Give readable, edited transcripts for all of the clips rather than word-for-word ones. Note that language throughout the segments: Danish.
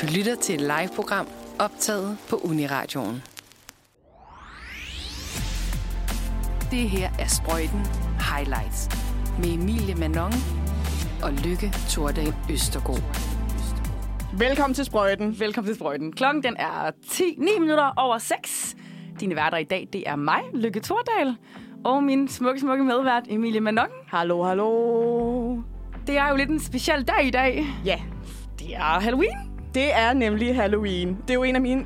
Du lytter til et live-program optaget på Uniradioen. Det her er Sprøjten Highlights med Emilie Manon og Lykke Thordal Østergaard. Velkommen til Sprøjten. Velkommen til Sprøjten. Klokken den er 9 minutter over 6. Dine værter i dag, det er mig, Lykke Thordal, og min smukke medvært, Emilie Manon. Hallo, hallo. Det er jo lidt en speciel dag i dag. Ja. Det er Halloween. Det er nemlig Halloween. Det er jo en af mine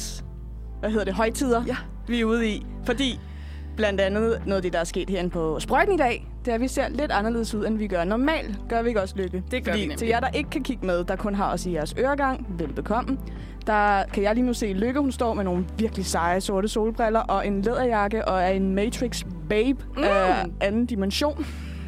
højtider, vi er ude i. Fordi blandt andet noget af det, der er sket herinde på Sprøjten i dag, det er, at vi ser lidt anderledes ud, end vi gør normalt. Gør vi ikke også, Lykke? Det gør vi nemlig. Til jer, der ikke kan kigge med, der kun har os i jeres øregang, velbekomme. Der kan jeg lige nu se Lykke. Hun står med nogle virkelig seje sorte solbriller og en læderjakke og er en Matrix babe af anden dimension.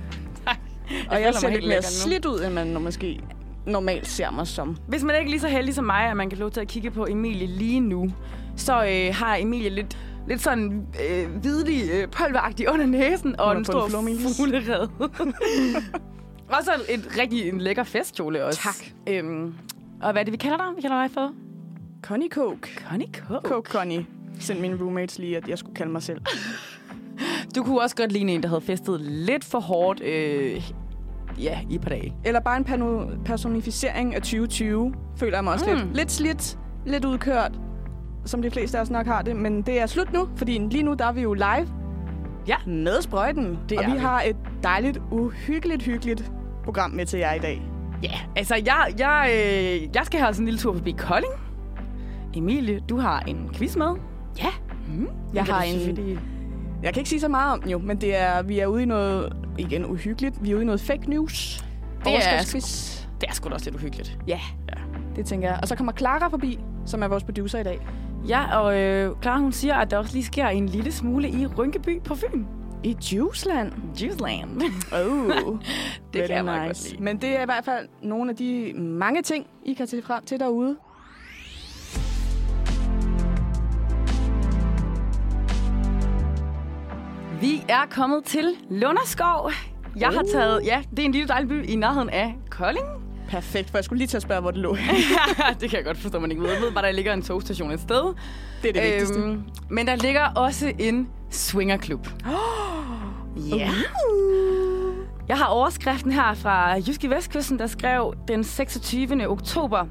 Og jeg ser lidt mere slidt ud, end man måske normalt ser mig som. Hvis man ikke er lige så heldig som mig, at man kan få lov til at kigge på Emilie lige nu, så har Emilie lidt sådan hvidlig, pulveragtig under næsen og en stor fuglerede. Og så en lækker festkjole også. Tak. Og hvad er det, vi kalder dig? Vi kalder dig for? Connie Coke. Connie Coke. Coke Connie. Sendte mine roommates lige, at jeg skulle kalde mig selv. Du kunne også godt ligne en, der havde festet lidt for hårdt i et par dage. Eller bare en personificering af 2020. Føler jeg mig også lidt slidt, lidt udkørt, som de fleste af os nok har det. Men det er slut nu, fordi lige nu der er vi jo live med Sprøjten. Og vi har et dejligt, hyggeligt program med til jer i dag. Ja, altså jeg skal have sådan en lille tur forbi Kolding. Emilie, du har en quiz med. Ja. Jeg har en... Jeg kan ikke sige så meget om den jo, men vi er ude i noget, igen uhyggeligt, vi er ude i noget fake news. Det er sgu da også lidt uhyggeligt. Ja, det tænker jeg. Og så kommer Clara forbi, som er vores producer i dag. Ja, og Clara hun siger, at der også lige sker en lille smule i Rynkeby på Fyn. I Juiceland. Juiceland. Det kan jeg meget godt lide. Men det er i hvert fald nogle af de mange ting, I kan se frem til derude. Vi er kommet til Lunderskov. Jeg har taget... Ja, det er en lille dejlig by i nærheden af Kolding. Perfekt, for jeg skulle lige til at spørge, hvor det lå. Det kan jeg godt forstå, man ikke ved. Jeg ved bare, der ligger en togstation et sted. Det er det vigtigste. Men der ligger også en swingerklub. Ja. Jeg har overskriften her fra Jyske Vestkysten, der skrev den 26. oktober.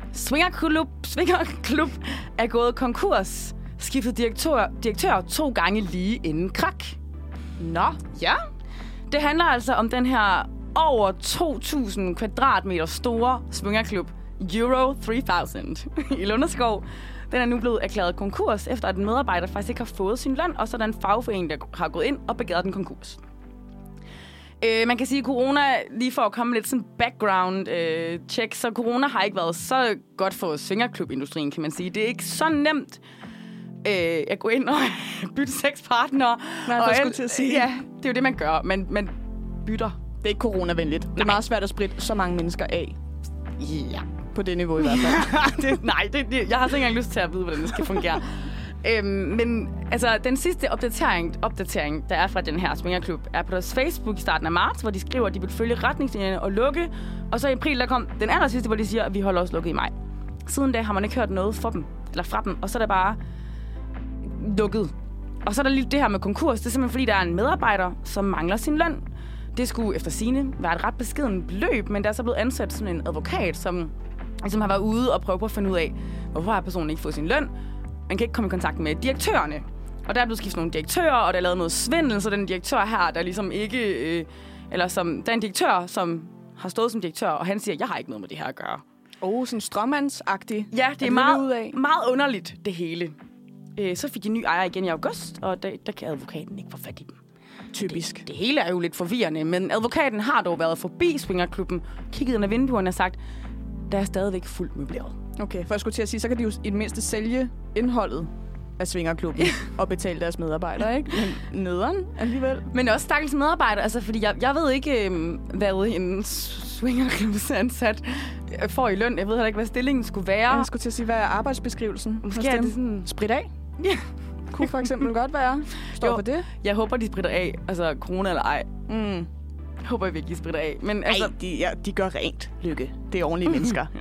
Swingerklub er gået konkurs. Skiftet direktør 2 gange lige inden krak. Nå. Ja. Det handler altså om den her over 2.000 kvadratmeter store swingerklub Euro 3000 i Lunderskov. Den er nu blevet erklæret konkurs, efter at en medarbejder faktisk ikke har fået sin løn, og så er der en fagforening, der har gået ind og begæret den konkurs. Man kan sige, at corona, lige for at komme lidt sådan background-check, så corona har ikke været så godt for swingerklubindustrien, kan man sige. Det er ikke så nemt at gå ind og bytte 6 partnere. Til at sige. Ja, det er jo det, man gør. Man bytter. Det er ikke coronavenligt. Det er meget svært at spritte så mange mennesker af. Ja. På det niveau i hvert fald. Jeg har så ikke engang lyst til at vide, hvordan det skal fungere. Men altså, den sidste opdatering, der er fra den her swingerklub, er på deres Facebook i starten af marts, hvor de skriver, at de vil følge retningslinjerne og lukke. Og så i april, der kom den aller sidste, hvor de siger, at vi holder os lukket i maj. Siden da har man ikke hørt noget fra dem, og så er det bare lukket. Og så er der lige det her med konkurs. Det er simpelthen fordi, der er en medarbejder, som mangler sin løn. Det skulle efter sigende være et ret beskeden beløb, men der er så blevet ansat sådan en advokat, som har været ude og prøve på at finde ud af, hvorfor har personen ikke fået sin løn. Man kan ikke komme i kontakt med direktørerne. Og der er blevet skiftet nogle direktører, og der er lavet noget svindel, så den direktør her, der ligesom ikke... der er en direktør, som har stået som direktør, og han siger, jeg har ikke noget med det her at gøre. Sådan stråmandsagtigt. Ja, det er meget underligt, det hele. Så fik de ny ejer igen i august, og der kan advokaten ikke få fat i dem. Typisk. Det hele er jo lidt forvirrende, men advokaten har dog været forbi swingerklubben, kigget ind ad vinduerne og sagt, der er stadigvæk fuldt møbleret. Okay, for jeg skulle til at sige, så kan de jo i det mindste sælge indholdet af swingerklubben og betale deres medarbejdere, ikke? Men nederen alligevel. Men også stakkels medarbejdere, altså fordi jeg ved ikke, hvad en swingerklubsansat får i løn. Jeg ved heller ikke, hvad stillingen skulle være. Jeg skulle til at sige, hvad er arbejdsbeskrivelsen? Måske er det sådan... Sprit af? Ja. Kunne for eksempel godt være. Står for det? Jeg håber, de spritter af. Altså, corona eller ej. Jeg håber, jeg virkelig spritter af. Men altså... de gør rent, Lykke. Det er ordentlige mennesker. Ja.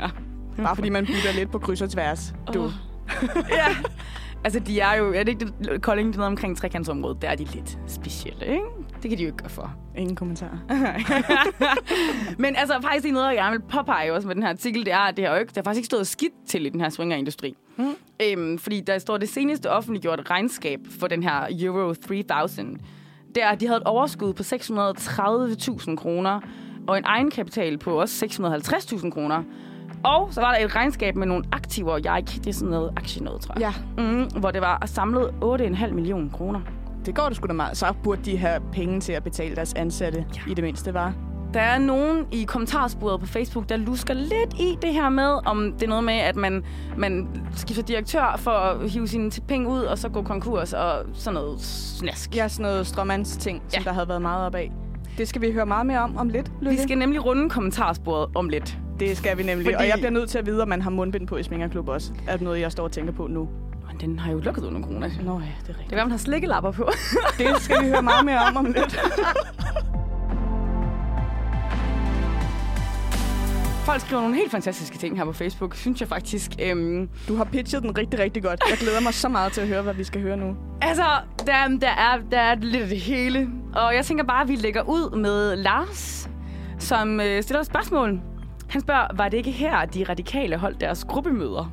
Bare fordi man bytter lidt på kryds og tværs. Du. Ja. Altså, de er jo... Er det ikke det, Kolding, det er noget omkring trekantsområdet? Der er de lidt specielle, ikke? Det kan de jo ikke gøre for. Ingen kommentarer. Men altså, faktisk ikke noget, jeg gerne vil påpege også med den her artikel, det er, at det har faktisk ikke stået skidt til i den her swingerindustri. Fordi der står det seneste offentliggjorte regnskab for den her Euro 3000. Der, de havde et overskud på 630.000 kroner, og en egenkapital på også 650.000 kroner. Og så var der et regnskab med nogle aktiver, det er sådan noget aktienød, tror jeg. Ja. Hvor det var samlet 8,5 millioner kroner. Det går det sgu da meget. Så burde de have penge til at betale deres ansatte, i det mindste, var. Der er nogen i kommentarsporet på Facebook, der lusker lidt i det her med, om det er noget med, at man skifter direktør for at hive sine penge ud, og så gå konkurs og sådan noget snask. Ja, sådan noget strømmandsting, som der havde været meget op af. Det skal vi høre meget mere om lidt, Lykke. Vi skal nemlig runde kommentarsporet om lidt. Det skal vi nemlig. Og jeg bliver nødt til at vide, om man har mundbind på i Svingerklub også. Er det noget, jeg står og tænker på nu? Men den har jo lukket under corona. Nå ja, det er rigtigt. Det kan man har slikkelapper på. Det skal vi høre meget mere om lidt. Folk skriver nogle helt fantastiske ting her på Facebook, synes jeg faktisk. Du har pitchet den rigtig, rigtig godt. Jeg glæder mig så meget til at høre, hvad vi skal høre nu. Altså, der er lidt af det hele. Og jeg tænker bare, at vi lægger ud med Lars, som stiller et spørgsmål. Han spørger, var det ikke her, de radikale holdt deres gruppemøder?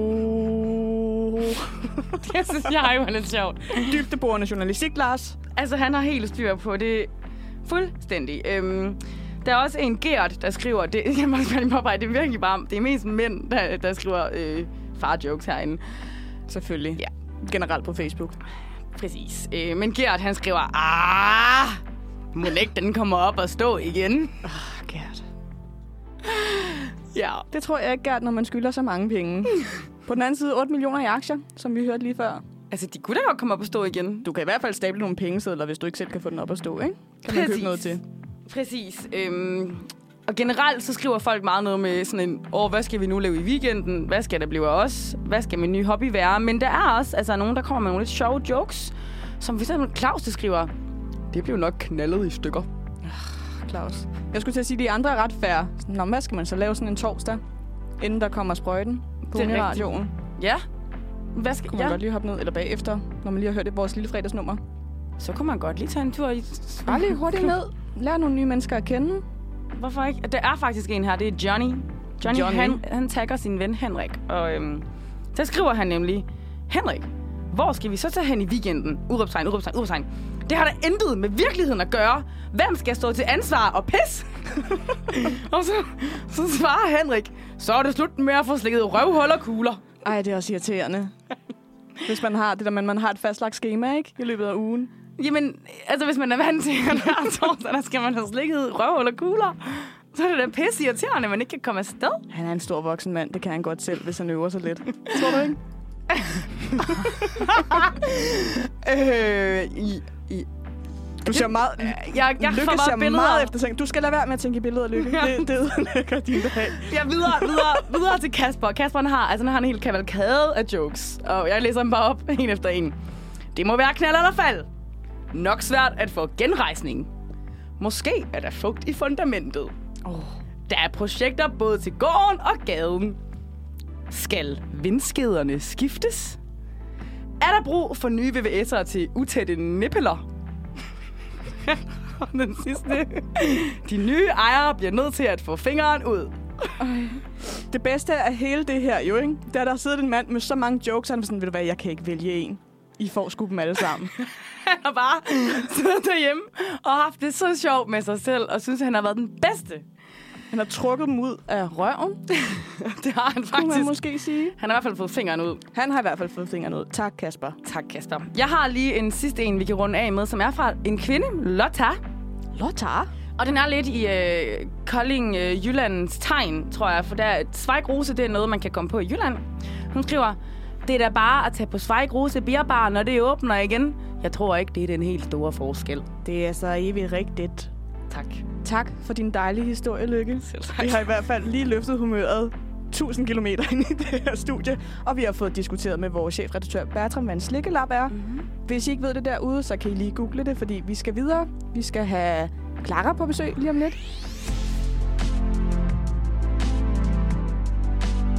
Det synes jeg jo er lidt sjovt. Dybdeborende journalistik, Lars. Altså, han har helt styr på det fuldstændig. Der er også en Gert, der skriver, det er virkelig bare, det er mest mænd, der skriver far-jokes herinde. Selvfølgelig. Ja. Generelt på Facebook. Præcis. Men Gert, han skriver, må ikke den kommer op og stå igen? Gert. Ja. Det tror jeg ikke, Gert, når man skylder så mange penge. På den anden side 8 millioner i aktier, som vi hørte lige før. Altså, de kunne da godt komme op og stå igen. Du kan i hvert fald stable nogle pengesedler, hvis du ikke selv kan få den op at stå, ikke? Kan man købe noget til. Præcis. Og generelt så skriver folk meget noget med sådan en, hvad skal vi nu lave i weekenden? Hvad skal der blive af os? Hvad skal min nye hobby være? Men der er også nogen, der kommer med nogle lidt sjove jokes. Som for eksempel Claus, der skriver, det bliver nok knaldet i stykker. Claus. Jeg skulle til at sige, at de andre er ret fair. Nå, hvad skal man så lave sådan en torsdag, inden der kommer sprøjten på radioen? Ja. Hvad skal man godt lige hoppe ned, eller bagefter, når man lige har hørt vores lille fredagsnummer? Så kunne man godt lige tage en tur i... Bare lige hurtigt ned. Lær nogle nye mennesker at kende. Hvorfor ikke? Der er faktisk en her, det er Johnny. Johnny. Han tagger sin ven Henrik, og der skriver han nemlig, Henrik, hvor skal vi så tage hen i weekenden? Udråbstegn. Det har da intet med virkeligheden at gøre. Hvem skal stå til ansvar og pis? Og så svarer Henrik, så er det slut med at få slikket røvhuller kugler. Ej, det er også irriterende. Hvis man har det der, men man har et fastlagt schema, ikke? I løbet af ugen. Jamen, altså hvis man er vant til, at hver torsdag, der skal man have slikket røvhuller kugler. Så er det da pisse irriterende, at man ikke kan komme afsted. Han er en stor voksen mand, det kan han godt selv, hvis han øver sig lidt. Tror du ikke? Du ser meget... Jeg Lykke ser meget efter ting. Du skal lade være med at tænke i billeder, Lykke. Det ødelægger din dag. Ja, videre til Kasper. Kasper han har en hel kavalkade af jokes, og jeg læser dem bare op en efter en. Det må være knald eller fald. Nok svært at få genrejsning. Måske er der fugt i fundamentet. Der er projekter både til gården og gaden. Skal vindskederne skiftes? Er der brug for nye VVS'er til utætte nippeler? Og den sidste. De nye ejere bliver nødt til at få fingeren ud. Det bedste af hele det her, jo, ikke? Der sidder en mand med så mange jokes, han er sådan, ved du hvad, jeg kan ikke vælge en. I får sgu dem alle sammen. Han har bare siddet derhjemme og haft det så sjovt med sig selv, og synes, at han har været den bedste. Han har trukket dem ud af røven. Det har han faktisk. Kunne man måske sige. Han har i hvert fald fået fingeren ud. Han har i hvert fald fået fingeren ud. Tak, Kasper. Tak, Kasper. Jeg har lige en sidste en, vi kan runde af med, som er fra en kvinde, Lotta. Lotta? Og den er lidt i Kolding, Jyllands tegn, tror jeg. For der Zweig Rose, det er noget, man kan komme på i Jylland. Hun skriver, det er da bare at tage på Zweig Rose Bierbar, når det åbner igen. Jeg tror ikke, det er den helt store forskel. Det er så evigt rigtigt. Tak. Tak for din dejlige historie, Lykke. Selv tak. Vi har i hvert fald lige løftet humøret 1000 kilometer ind i det her studie, og vi har fået diskuteret med vores chefredaktør Bertram, hvad en slikkelap er. Mm-hmm. Hvis I ikke ved det derude, så kan I lige google det, fordi vi skal videre. Vi skal have Clara på besøg lige om lidt.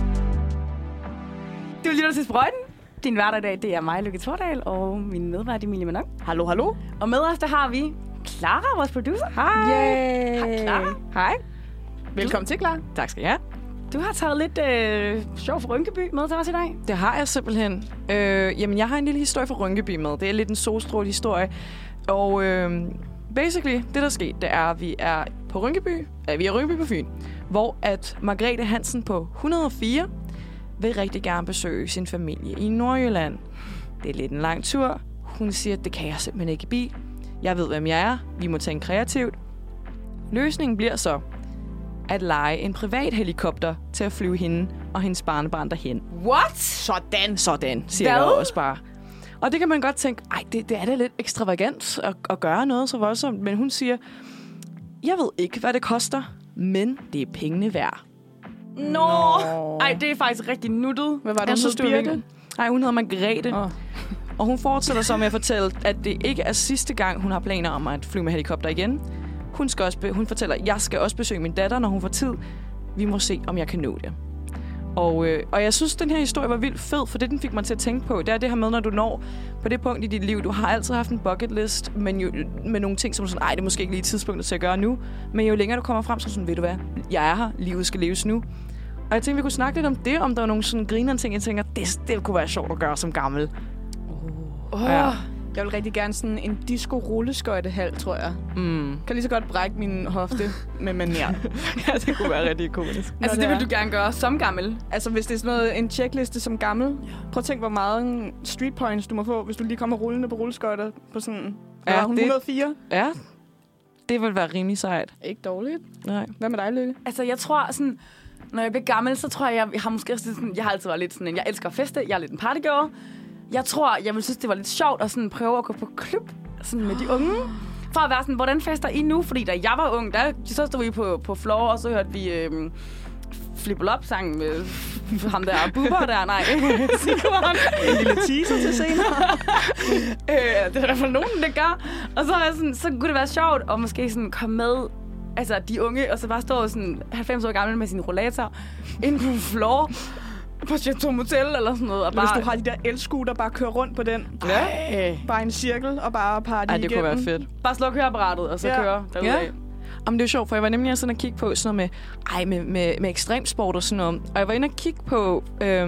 lytter til Sprøjten. Din hverdag i dag, det er mig, Lykke Tordal, og min medvært, Emilie Manon. Hallo, hallo. Og med os, der har vi Clara, vores producer. Hej. Hej, Clara. Hej. Velkommen til, Clara. Tak skal I have. Du har taget lidt sjov fra Rynkeby med til os i dag. Det har jeg simpelthen. Jamen, jeg har en lille historie fra Rynkeby med. Det er lidt en solstråle-historie. Og basically, det der skete, det er, at vi er på Rynkeby. Vi er Rynkeby på Fyn. Hvor at Margrethe Hansen på 104 vil rigtig gerne besøge sin familie i Nordjylland. Det er lidt en lang tur. Hun siger, at det kan jeg simpelthen ikke i bil. Jeg ved, hvem jeg er. Vi må tænke kreativt. Løsningen bliver så at leje en privat helikopter til at flyve hende og hendes barnebarn derhen. What? Sådan, siger jeg også bare. Og det kan man godt tænke, det er da lidt ekstravagant at gøre noget så voldsomt. Men hun siger, jeg ved ikke, hvad det koster, men det er pengene værd. Nå! Ej, det er faktisk rigtig nuttet. Hvad var det, hun hed, Birte? Nej, hun hedder Margrethe. Og hun fortsætter så med at fortælle, at det ikke er sidste gang, hun har planer om at flyve med helikopter igen. Hun fortæller, at jeg skal også besøge min datter, når hun får tid. Vi må se, om jeg kan nå det. Og jeg synes, den her historie var vildt fed, for det, den fik mig til at tænke på. Det er det her med, når du når på det punkt i dit liv. Du har altid haft en bucket list, men jo, med nogle ting, som sådan, det er måske ikke lige tidspunktet til at gøre nu. Men jo længere du kommer frem, så sådan, ved du hvad, jeg er her, livet skal leves nu. Og jeg tænkte, vi kunne snakke lidt om det, om der var nogle sådan grinerende ting, jeg tænker, det kunne være sjovt at gøre som gammel. Ja. Jeg vil rigtig gerne sådan en disco-rulleskøjtehal, tror jeg. Kan lige så godt brække min hofte med manier. Ja, det kunne være rigtig komisk. Altså, det vil du gerne gøre som gammel? Altså, hvis det er sådan noget, en checkliste som gammel. Prøv at tænke, hvor meget street points du må få, hvis du lige kommer rullende på rulleskøjter på sådan... Ja, 104. Ja, det vil være rimelig sejt. Ikke dårligt. Nej. Hvad med dig, Lykke? Altså, jeg tror sådan... Når jeg bliver gammel, så tror jeg har måske sådan... Jeg har altid været lidt sådan en... Jeg elsker at feste. Jeg er lidt en partygirl. Jeg tror, jeg ville synes, det var lidt sjovt at sådan prøve at gå på klub sådan med de unge. For at være sådan, hvordan fester I nu? Fordi da jeg var ung, så stod vi på floor, og så hørte vi Flip-Up-sangen med ham der Bubber der. Nej, Sigurd. En lille teaser til senere. Det er der for nogen, der gør. Og så, sådan, så kunne det være sjovt at måske sådan komme med altså de unge, og så bare stå sådan 90 år gammel med sin rollator inde på floor. På Chateau Motel eller sådan noget. Og bare... Hvis du har de der elscooter, bare køre rundt på den. Ja. Bare en cirkel og bare party igennem. Det kunne være fedt. Bare slå køreapparatet, og så køre derudad. Ja. Jamen, det er sjovt, for jeg var nemlig sådan at kigge på sådan noget med ekstremsport og sådan noget. Og jeg var inde og kigge på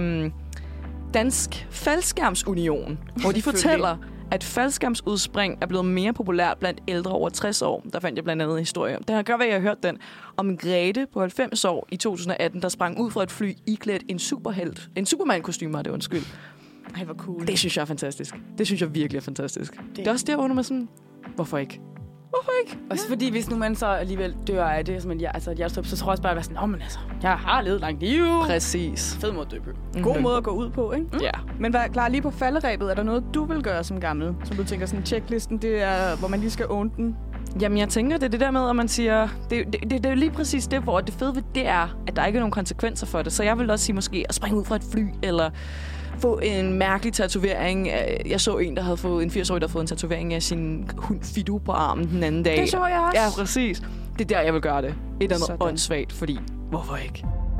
Dansk Faldskærmsunion, hvor de fortæller, at faldskærmsudspring er blevet mere populært blandt ældre over 60 år. Der fandt jeg blandt andet en historie. Det har godt været, at jeg har hørt den om Grete på 90 år i 2018, der sprang ud fra et fly iklædt en superhelt. En Superman-kostyme, det undskyld. Ej, hvor cool. Det synes jeg er fantastisk. Det synes jeg virkelig er fantastisk. Det er også der, hvor man sådan, hvorfor ikke? Hvorfor ikke? Også fordi, hvis nu man så alligevel dør af det, som så tror jeg også bare, at jeg jeg har levet langt liv. Præcis. Fed måde at dø på. God måde at gå ud på, ikke? Ja. Men Clara, lige på falderæbet, er der noget, du vil gøre som gammel? Som du tænker, sådan checklisten, det er, hvor man lige skal own den? Jamen, jeg tænker, det er det der med, at man siger... Det er lige præcis det, hvor det fede ved det er, at der ikke er nogen konsekvenser for det. Så jeg vil også sige måske at springe ud fra et fly, eller få en mærkelig tatovering. Jeg så en, der havde fået en 80-årig, der havde fået en tatovering af sin hund Fido på armen den anden dag. Det så jeg også. Ja, præcis. Det er der, jeg vil gøre det. Et eller andet åndssvagt, fordi hvorfor ikke?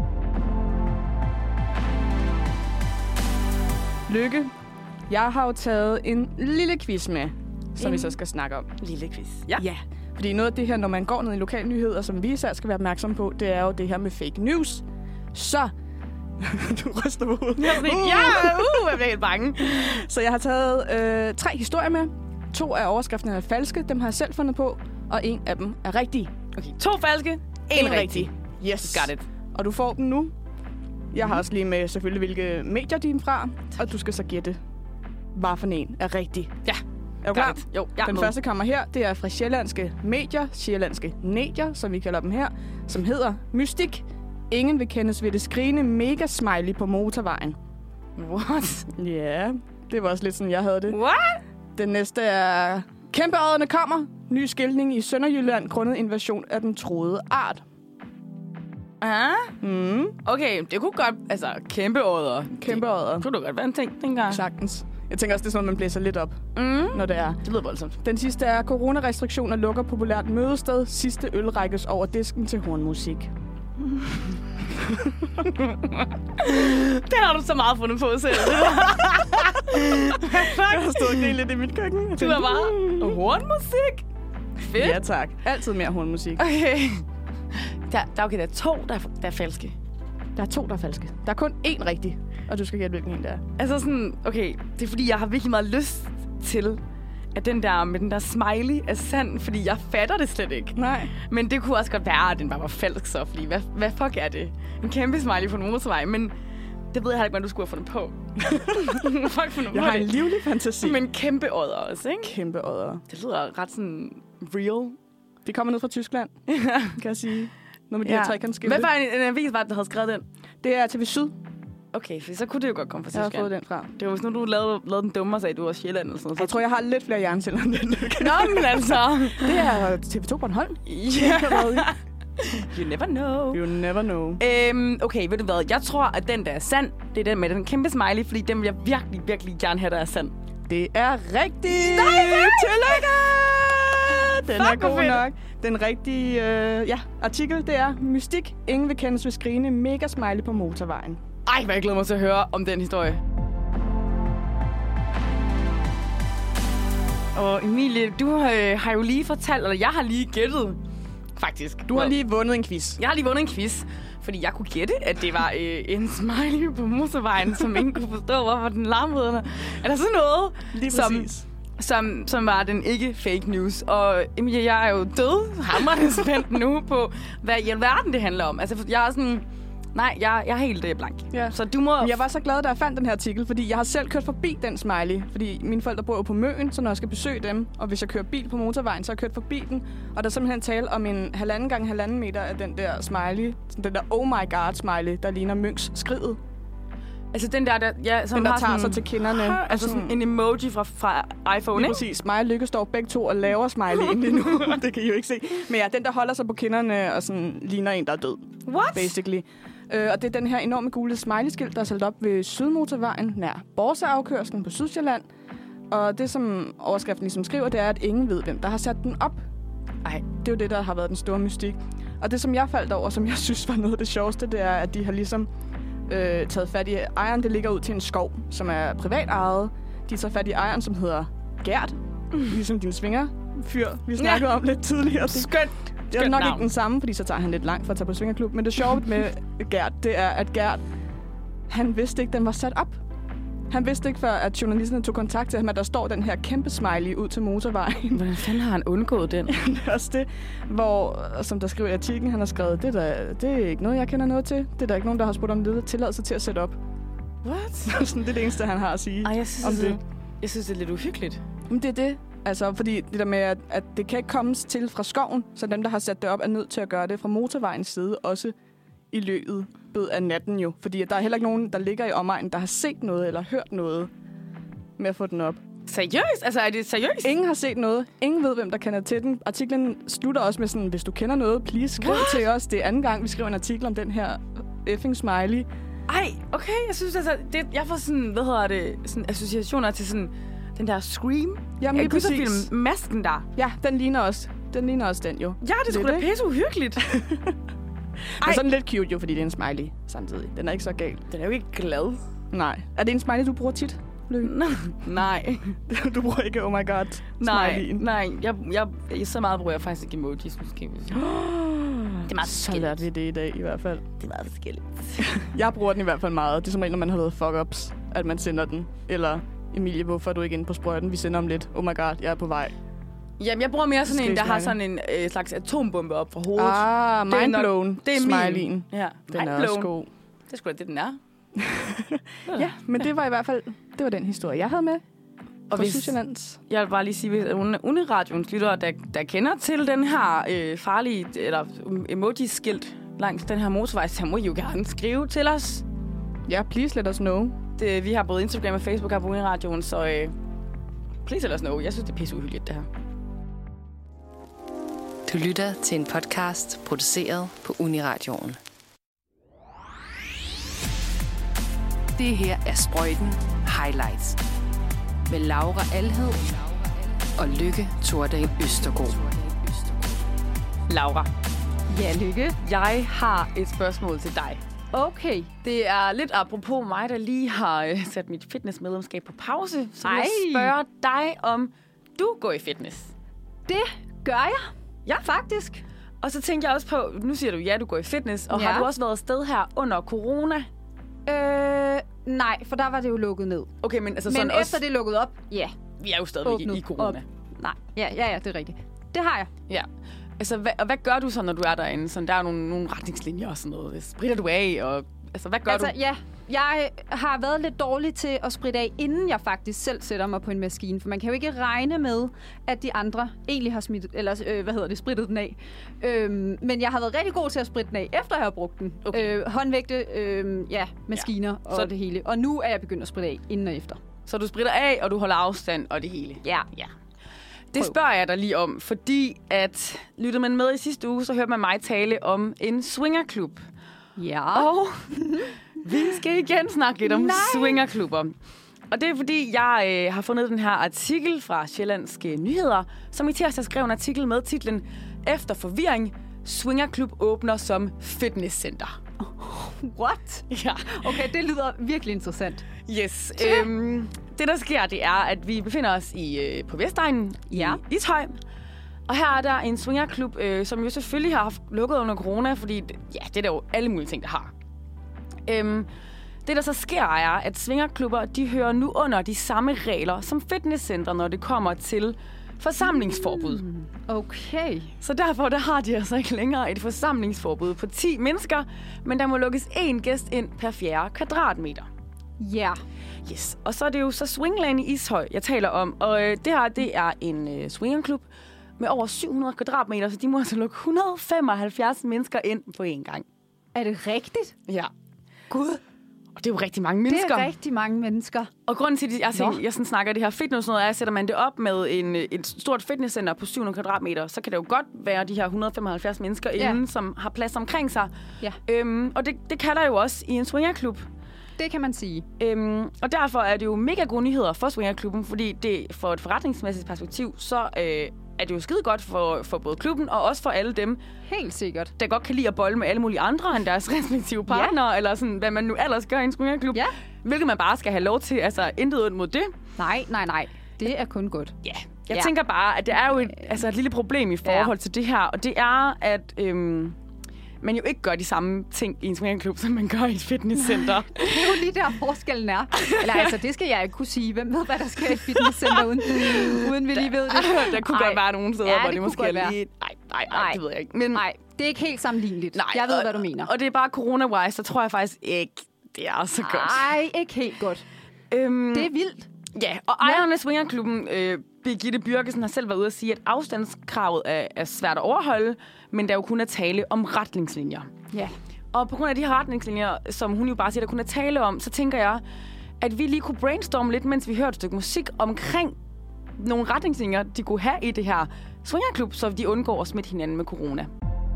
Lykke, jeg har jo taget en lille quiz med, som vi så skal snakke om. Lille quiz. Ja. Fordi noget af det her, når man går ned i lokalnyheder, som vi især skal være opmærksom på, det er jo det her med fake news. Så... du ryster på hovedet. Jeg bliver helt bange. Så jeg har taget 3 historier med. 2 af overskrifterne er falske, dem har jeg selv fundet på. Og 1 af dem er rigtig. Okay, 2 falske, 1 rigtig. Yes. Got it. Og du får den nu. Jeg har også lige med selvfølgelig, hvilke medier de er fra. Og du skal så gætte, hvad for en er rigtig. Ja. Er du klar? Jo, den første kommer her. Det er fra sjællandske medier, sjællandske medier, som vi kalder dem her, som hedder Mystik. Ingen vil kendes ved det skrigende mega-smiley på motorvejen. What? Ja, det var også lidt sådan, jeg havde det. What? Den næste er... Kæmpeodderne kommer. Ny skiltning i Sønderjylland grundet invasion af den troede art. Okay, det kunne godt... Altså, kæmpeodder. Kæmpeodder. Det kunne godt være en ting dengang. Sagtens. Jeg tænker også, det er sådan noget, man blæser lidt op, når det er. Det lyder voldsomt. Den sidste er, coronarestriktioner lukker populært mødested. Sidste øl rækkes over disken til hornmusik. Den har du så meget fundet på selv. Jeg har stået og grædt lidt i mit køkken. Du er bare hornmusik. Fedt. Ja, tak. Altid mere hornmusik. Okay. Der er 2, der er falske. Der er 2, der er falske. Der er kun 1 rigtig, og du skal gætte, hvilken en det er. Altså sådan, okay, det er fordi, jeg har virkelig meget lyst til, at den der med den der smiley er sand, fordi jeg fatter det slet ikke. Nej. Men det kunne også godt være, at den bare var falsk så, fordi hvad fuck er det? En kæmpe smiley på en motorvej, men det ved jeg ikke, hvad du skulle have fundet på. Jeg har en livlig fantasi. Men kæmpe odder også, ikke? Kæmpe odder. Det lyder ret sådan real. Det kommer ned fra Tyskland, kan jeg sige. Noget med de her trekantskilte. Hvad var en avis, der havde skrevet den? Det er TV Syd. Okay, for så kunne det jo godt komme fra Tyskland. Jeg har fået den fra. Det var hvis nu du lavede den dumme og sagde, at du var Sjælland eller sådan noget. Jeg tror, jeg har lidt flere hjerneceller end den. Nå, men altså. Det er TV2 Bornholm. Yeah. You never know. You never know. Okay, ved du hvad? Jeg tror, at den, der er sand, det er den med den kæmpe smiley, fordi den vil jeg virkelig, virkelig gerne have, der er sand. Det er rigtigt! Tillykke! Den er god nok. Den rigtige artikel, det er mystik. Ingen vil kendes ved skrigende mega smiley på motorvejen. Ej, hvad jeg glæder mig til at høre om den historie. Og Emilie, du har jo lige fortalt, eller jeg har lige gættet, faktisk. Du har lige vundet en quiz. Jeg har lige vundet en quiz, fordi jeg kunne gætte, at det var en smiley på motorvejen, som ingen kunne forstå, hvorfor den larmede. Er der sådan noget, lige præcis. Som var den ikke fake news. Og Emilie, jeg er jo død, hamrende spændt nu på, hvad i alverden det handler om. Altså, jeg er sådan... Nej, jeg er helt blank. Ja. Så du må... Jeg var så glad, da jeg fandt den her artikel, fordi jeg har selv kørt forbi den smiley. Fordi mine forældre bor jo på Møn, så når jeg skal besøge dem, og hvis jeg kører bil på motorvejen, så har jeg kørt forbi den. Og der er simpelthen tale om en 1,5 gange 1,5 meter af den der smiley. Den der oh my god smiley, der ligner Mønks skridet. Altså den der som den, der har tager sådan, sig til kinderne. Altså sådan en emoji fra iPhone, ikke? Præcis. Mig og Lykke står begge to og laver smiley lige nu. Det kan I jo ikke se. Men ja, den der holder sig på kinderne og sådan ligner en, der er død. What? Basically. Og det er den her enorme gule smiley-skilt, der er sat op ved Sydmotorvejen nær Borse-afkørslen på Sydsjælland. Og det, som overskriften ligesom skriver, det er, at ingen ved, hvem der har sat den op. Ej, det er jo det, der har været den store mystik. Og det, som jeg faldt over, som jeg synes var noget af det sjoveste, det er, at de har ligesom taget fat i ejeren. Det ligger ud til en skov, som er privat ejet. De har taget fat i ejeren, som hedder Gert. Ligesom din svingerfyr, vi snakkede om lidt tidligere. Skønt. Det er nok ikke den samme, fordi så tager han lidt langt for at tage på svingerklub. Men det sjove med Gert, det er, at Gert, han vidste ikke, den var sat op. Han vidste ikke, før at journalisterne tog kontakt til ham, at der står den her kæmpe smiley ud til motorvejen. Hvordan fanden har han undgået den? Det er også det, hvor, som der skriver i artiklen, han har skrevet, det er ikke noget, jeg kender noget til. Det er der ikke nogen, der har spurgt om det, tilladelse til at sætte op. What? Sådan, det er det eneste, han har at sige. Ej, jeg synes, det er lidt uhyggeligt. Men det er det. Altså, fordi det der med, at det kan ikke kommes til fra skoven, så dem, der har sat det op, er nødt til at gøre det fra motorvejens side, også i løbet af natten jo. Fordi der er heller ikke nogen, der ligger i omegnen, der har set noget eller hørt noget med at få den op. Seriøst? Altså, er det seriøst? Ingen har set noget. Ingen ved, hvem der kender til den. Artiklen slutter også med sådan, hvis du kender noget, please skriv til os. Det er anden gang, vi skriver en artikel om den her effing smiley. Ej, okay. Jeg synes altså, jeg får sådan, sådan associationer til sådan den der Scream. Jamen lige præcis. Masken der. Ja, den ligner også den jo. Ja, det er sgu da pisse uhyggeligt. Men sådan lidt cute jo, fordi det er en smiley samtidig. Den er ikke så gal. Den er jo ikke glad. Nej. Er det en smiley, du bruger tit? Nej. Du bruger ikke oh my god smileyen? Nej. Jeg så meget bruger jeg faktisk ikke emojis, måske. Det er meget så lærte vi det i dag i hvert fald. Det er meget forskelligt. Jeg bruger den i hvert fald meget. Det er som regel, når man har lavet fuck-ups, at man sender den. Eller, Emilie, hvorfor er du ikke inde på sprøjten? Vi sender om lidt. Oh my god, jeg er på vej. Jamen, jeg bruger mere sådan en, der har sådan en slags atombombe op fra hovedet. Ah, mindblown. Det er smileyen. Ja, den er også god. Det er sgu da det, den er. Ja, men det var i hvert fald den historie, jeg havde med. Og jeg vil bare lige sige, hvis Uniradions lyttere, der kender til den her farlige eller emoji-skilt langs den her motorvej, så må I jo gerne skrive til os. Ja, please let us know. Vi har både Instagram og Facebook her på Uniradion, så please let us know. Jeg synes, det er pisse uhyggeligt, det her. Du lytter til en podcast produceret på Uniradioen. Det her er Sprøjten Highlights med Laura Alhed og Lykke Tordal Østergaard. Laura. Ja, Lykke. Jeg har et spørgsmål til dig. Okay. Det er lidt apropos mig, der lige har sat mit fitnessmedlemskab på pause. Så jeg spørger dig, om du går i fitness. Det gør jeg. Ja, faktisk. Og så tænker jeg også på, nu siger du, ja, du går i fitness. Og har du også været afsted her under corona? Nej, for der var det jo lukket ned. Okay, men altså men sådan efter også... det er lukket op, ja. Vi er jo stadigvæk i corona. Nej, ja, det er rigtigt. Det har jeg. Ja. Altså, hvad gør du så, når du er derinde? Sådan, der er nogle retningslinjer og sådan noget. Spritter du af? Og, altså, hvad gør du? Ja, jeg har været lidt dårlig til at spritte af, inden jeg faktisk selv sætter mig på en maskine. For man kan jo ikke regne med, at de andre egentlig har sprittet den af. Men jeg har været rigtig god til at spritte den af, efter jeg har brugt den. Okay. Håndvægte, maskiner og så det hele. Og nu er jeg begyndt at spritte af, inden og efter. Så du spritter af, og du holder afstand og det hele? Ja. Det spørger jeg dig lige om, fordi at lyttede man med i sidste uge, så hørte man mig tale om en swingerklub. Ja. Og vi skal igen snakke lidt om swingerklubber. Og det er fordi, jeg har fundet den her artikel fra Sjællandske Nyheder, som i tirsdag skrev en artikel med titlen Efter forvirring, swingerklub åbner som fitnesscenter. What? Ja. Okay, det lyder virkelig interessant. Yes. Det, der sker, det er, at vi befinder os på Vestegnen i Ishøj. Og her er der en swingerklub, som jo selvfølgelig har haft lukket under corona, fordi det er der jo alle mulige ting, der har. Det, der så sker, er, at swingerklubber, de hører nu under de samme regler som fitnesscentre, når det kommer til forsamlingsforbud. Okay. Så derfor der har de altså ikke længere et forsamlingsforbud på 10 mennesker, men der må lukkes 1 gæst ind per 4 kvadratmeter. Ja. Yes. Og så er det jo så Swingland i Ishøj, jeg taler om. Og det her, det er en swingerklub med over 700 kvadratmeter, så de må altså lukke 175 mennesker ind på én gang. Er det rigtigt? Ja. Gud. Og det er jo rigtig mange mennesker. Det er rigtig mange mennesker. Og grunden til, at jeg sådan snakker det her fitness noget, er, at sætter man det op med et stort fitnesscenter på 700 kvadratmeter, så kan det jo godt være de her 175 mennesker inden, som har plads omkring sig. Ja. Og det kan der jo også i en swingerklub. Det kan man sige. Og derfor er det jo mega gode nyheder for swingerklubben, fordi det for et forretningsmæssigt perspektiv, så er det jo skide godt for både klubben og også for alle dem, helt sikkert, der godt kan lide at bolle med alle mulige andre end deres respektive partnere, eller sådan, hvad man nu ellers gør i en swingerklub. Ja. Hvilket man bare skal have lov til, altså intet ud mod det. Nej. Det er kun godt. Ja. Jeg tænker bare, at det er jo et lille problem i forhold til det her, og det er, at man jo ikke gør de samme ting i en swingerklub, som man gør i et fitnesscenter. Det er jo lige der forskellen er. Eller altså, det skal jeg ikke kunne sige. Hvem ved, hvad der sker i et fitnesscenter, uden vi lige ved det? Der kunne godt være nogle steder, hvor det måske er lige... Nej, det ved jeg ikke. Men nej, det er ikke helt sammenligneligt. Nej, jeg ved, hvad du mener. Og det er bare corona-wise, så tror jeg faktisk ikke, det er så godt. Nej, ikke helt godt. Det er vildt. Ja, og ejeren af swingerklubben, Birgitte Bjørkesen, har selv været ude at sige, at afstandskravet er svært at overholde, men der jo kun er tale om retningslinjer. Ja. Og på grund af de her retningslinjer, som hun jo bare siger, der kun er tale om, så tænker jeg, at vi lige kunne brainstorme lidt, mens vi hørte et stykke musik omkring nogle retningslinjer, de kunne have i det her swingerklub, så de undgår at smitte hinanden med corona.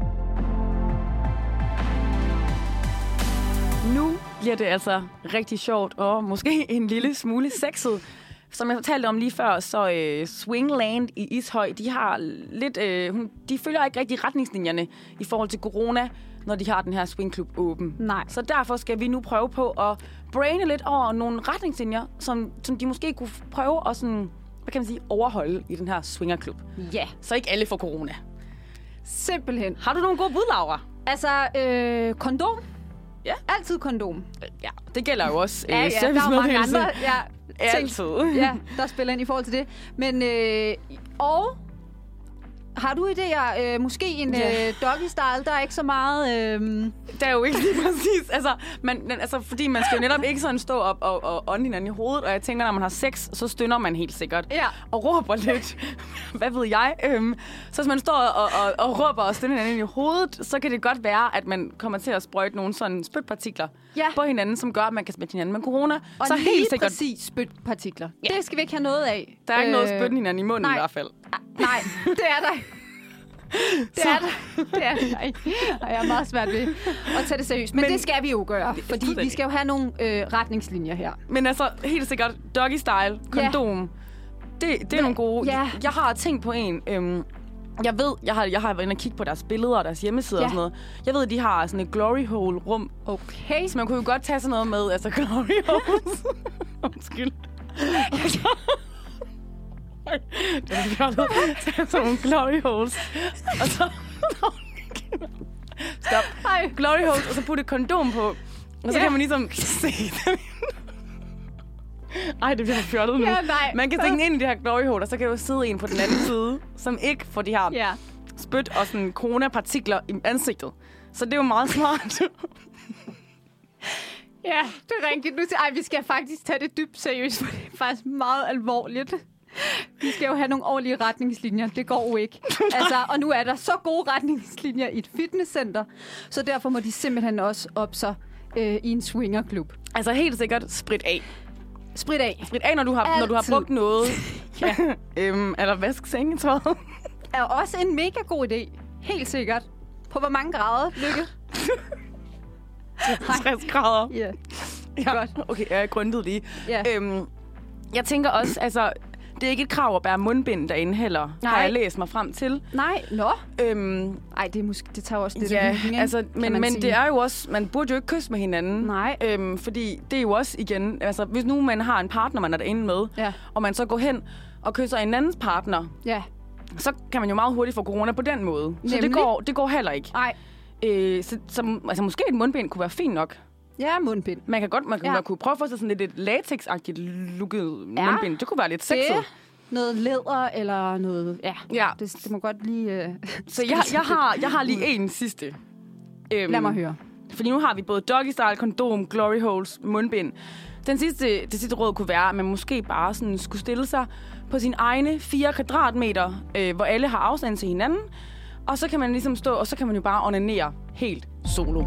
Nu bliver det altså rigtig sjovt, og måske en lille smule sexet. Som jeg fortalte om lige før, så Swingland i Ishøj, de har lidt, de følger ikke rigtig retningslinjerne i forhold til corona, når de har den her swingklub åben. Nej. Så derfor skal vi nu prøve på at braine lidt over nogle retningslinjer, som de måske kunne prøve at sådan, hvad kan man sige, overholde i den her swingerklub. Ja. Så ikke alle får corona. Simpelthen. Har du nogle gode bud, Laura? Altså, kondom. Ja. Altid kondom. Ja, det gælder jo også der er mange andre altid. Ja, der spiller ind i forhold til det. Men, og har du idéer? Måske en doggy-style, der er ikke så meget... Det er jo ikke lige præcis. Altså, fordi man skal jo netop ikke sådan stå op og ånde hinanden i hovedet, og jeg tænker, når man har sex, så stønner man helt sikkert. Ja. Og råber lidt. Hvad ved jeg? Så hvis man står og råber og stønner hinanden i hovedet, så kan det godt være, at man kommer til at sprøjte nogle sådan spytpartikler på hinanden, som gør, at man kan smitte hinanden med corona. Og så helt sikkert præcis spytpartikler. Ja. Det skal vi ikke have noget af. Der er ikke noget spytte hinanden i munden i hvert fald. Nej, det er der. Det er det ikke. Og jeg er meget svært ved at tage det seriøst. Men det skal vi jo gøre, fordi vi skal jo have nogle retningslinjer her. Men altså, helt sikkert, doggy style, kondom, det er nogle gode. Ja. Jeg har tænkt på en, Jeg ved, jeg har været inde og kigge på deres billeder og deres hjemmesider og sådan noget. Jeg ved, at de har sådan et glory hole-rum. Okay. Så man kunne jo godt tage sådan noget med, altså glory holes. Undskyld. Det er fjollet. Tage sådan nogle glory holes. Og så... Stop. Glory holes, og så putte et kondom på. Og så kan man ligesom se det. Ej, det bliver for fjollet nu. Ja, nej. Man kan tænke ind i det her glory hole, og så kan jo sidde en på den anden side, som ikke får de her spyt og sådan coronapartikler i ansigtet. Så det er jo meget smart. Ja, det er rigtigt. Vi skal faktisk tage det dybt seriøst, for det er faktisk meget alvorligt. Vi skal jo have nogle ordentlige retningslinjer. Det går jo ikke. Altså, og nu er der så gode retningslinjer i et fitnesscenter, så derfor må de simpelthen også op sig i en swingerklub. Altså helt sikkert sprit af. Sprit af. Sprit af, når du har brugt noget. Ja. Eller vask sengetøjet. Er også en mega god idé. Helt sikkert. På hvor mange grader, Lykke? 60 grader. Ja. Ja. Godt. Okay, jeg grundede lige. Ja. Jeg tænker også, altså... Det er ikke et krav at bære mundbind derinde heller, har jeg læst mig frem til. Nej, Ej, det tager også lidt ja, af hyggen, altså, men det er jo også... Man burde jo ikke kysse med hinanden. Nej. Fordi det er jo også igen... Altså, hvis nu man har en partner, man er derinde med, og man så går hen og kysser en andens partner, så kan man jo meget hurtigt få corona på den måde. Nemlig. Så det går heller ikke. Nej. Altså, måske et mundbind kunne være fint nok. Ja, mundbind. Man kunne prøve at få sig sådan lidt et latex-agtigt lukket mundbind. Det kunne være lidt sexet. Noget læder eller noget... Ja. Det må godt lige... Så jeg har lige en sidste. Lad mig høre. Fordi nu har vi både doggy style, kondom, glory holes, mundbind. Det sidste råd kunne være, at man måske bare sådan skulle stille sig på sine egne 4 kvadratmeter, hvor alle har afstand til hinanden. Og så kan man ligesom stå, og så kan man jo bare onanere helt solo.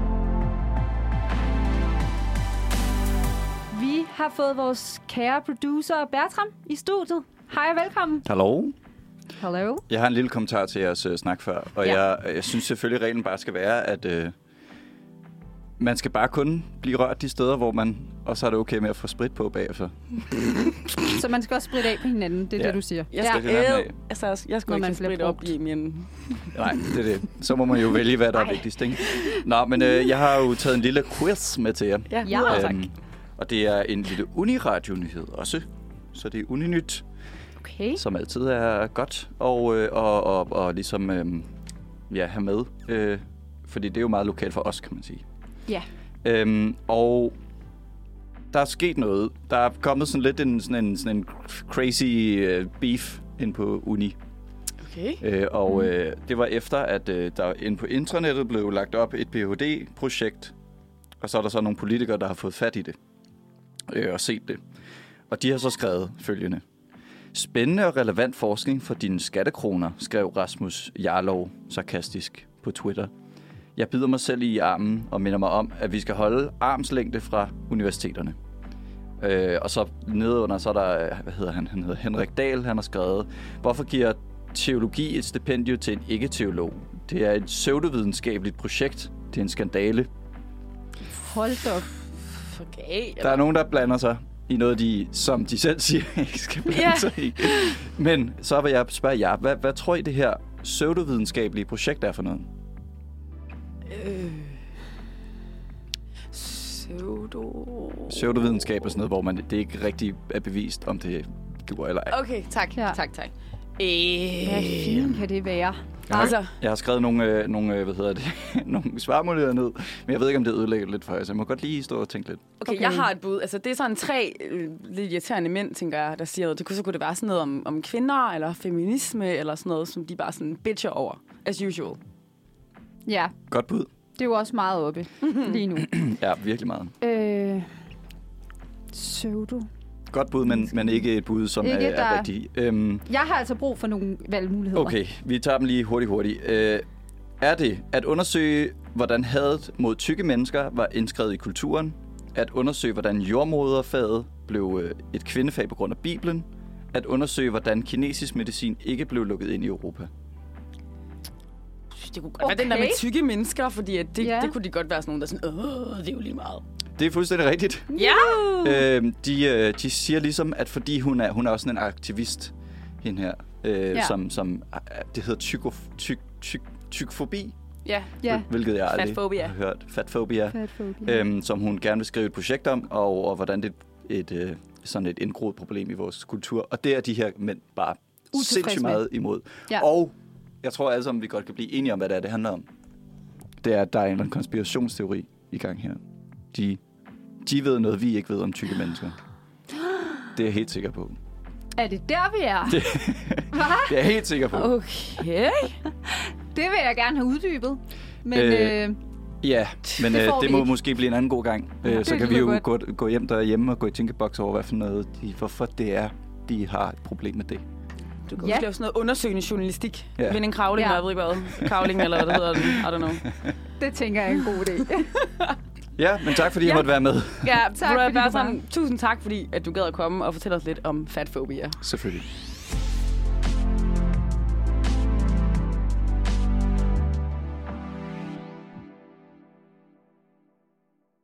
Vi har fået vores kære producer Bertram i studiet. Hej og velkommen. Hallo. Hallo. Jeg har en lille kommentar til jeres snak før, og jeg synes selvfølgelig, at reglen bare skal være, at man skal bare kun blive rørt de steder, hvor man... Og så er det okay med at få sprit på bagefter. Så man skal også spritte af på hinanden, det er det, du siger. Jeg skal ikke have sprit op i min... Nej, det er det. Så må man jo vælge, hvad der er vigtigst, ikke? Nå, men jeg har jo taget en lille quiz med til jer. Ja, tak. Og det er en lille Uni-radio-nyhed også. Så det er Uni-nyt, som altid er godt og ligesom have med. Fordi det er jo meget lokalt for os, kan man sige. Ja. Og der er sket noget. Der er kommet sådan lidt en crazy beef ind på Uni. Okay. Det var efter, at der inde på internettet blev lagt op et PhD-projekt. Og så er der så nogle politikere, der har fået fat i det. Og set det. Og de har så skrevet følgende. Spændende og relevant forskning for dine skattekroner, skrev Rasmus Jarlov sarkastisk på Twitter. Jeg bider mig selv i armen og minder mig om, at vi skal holde armslængde fra universiteterne. Og så nedenunder, så er der, han hedder Henrik Dahl, han har skrevet, hvorfor giver teologi et stipendium til en ikke-teolog? Det er et pseudovidenskabeligt projekt. Det er en skandale. Hold op. Okay, der er nogen, der blander sig i noget, som de selv siger, ikke skal blande sig i. Men så vil jeg spørge jer, hvad tror I det her pseudovidenskabelige projekt er for noget? Pseudovidenskab er sådan noget, hvor det ikke rigtig er bevist, om det går eller ej. Okay, tak. Ja. Tak. Hvad fint kan det være? Jeg har skrevet nogle nogle svarmuligheder ned, men jeg ved ikke, om det ødelægger lidt for jer, så jeg må godt lige stå og tænke lidt. Okay, jeg har et bud. Altså, det er sådan 3 lidt irriterende mænd, tænker jeg, der siger noget. Så kunne det være sådan noget om kvinder, eller feminisme, eller sådan noget, som de bare sådan bitcher over, as usual. Ja. Godt bud. Det er jo også meget oppe lige nu. Ja, virkelig meget. Pseudo. Godt bud, men ikke et bud, som ikke er rigtigt. Jeg har altså brug for nogle valgmuligheder. Okay, vi tager dem lige hurtigt. Er det at undersøge, hvordan hadet mod tykke mennesker var indskrevet i kulturen? At undersøge, hvordan jordmoderfaget blev et kvindefag på grund af Bibelen? At undersøge, hvordan kinesisk medicin ikke blev lukket ind i Europa? Det kunne godt være den der med tykke mennesker, fordi at det kunne de godt være sådan nogen, der sådan, det er jo lige meget. Det er fuldstændig rigtigt. Ja! De siger ligesom, at fordi hun er også sådan en aktivist, hende her, som det hedder tykfobi. Ja. Hvilket jeg aldrig Fatphobia. har hørt. Fatphobia. Som hun gerne vil skrive et projekt om, og hvordan det er sådan et indgroet problem i vores kultur. Og det er de her mænd bare sindssygt meget imod. Ja. Og jeg tror alle sammen, vi godt kan blive enige om, hvad det handler om. Det er, at der er en konspirationsteori i gang her. De ved noget, vi ikke ved om tykke mennesker. Det er jeg helt sikker på. Er det der, vi er? Det er jeg helt sikker på. Okay. Det vil jeg gerne have uddybet. Men, ja, men det må måske blive en anden god gang. Så kan vi jo gå hjem derhjemme og gå i tænkeboks over, hvad for noget hvorfor det er, de har et problem med det. Du kan også lave sådan noget undersøgende journalistik. Ja. Vinde en kravling, jeg ved ikke hvad. Kravling, eller hvad det hedder. I don't know. Det tænker jeg er en god idé. Ja, men tak fordi jeg måtte være med. Ja, tak, tusind tak, fordi at du gad at komme og fortælle os lidt om fatphobia. Selvfølgelig.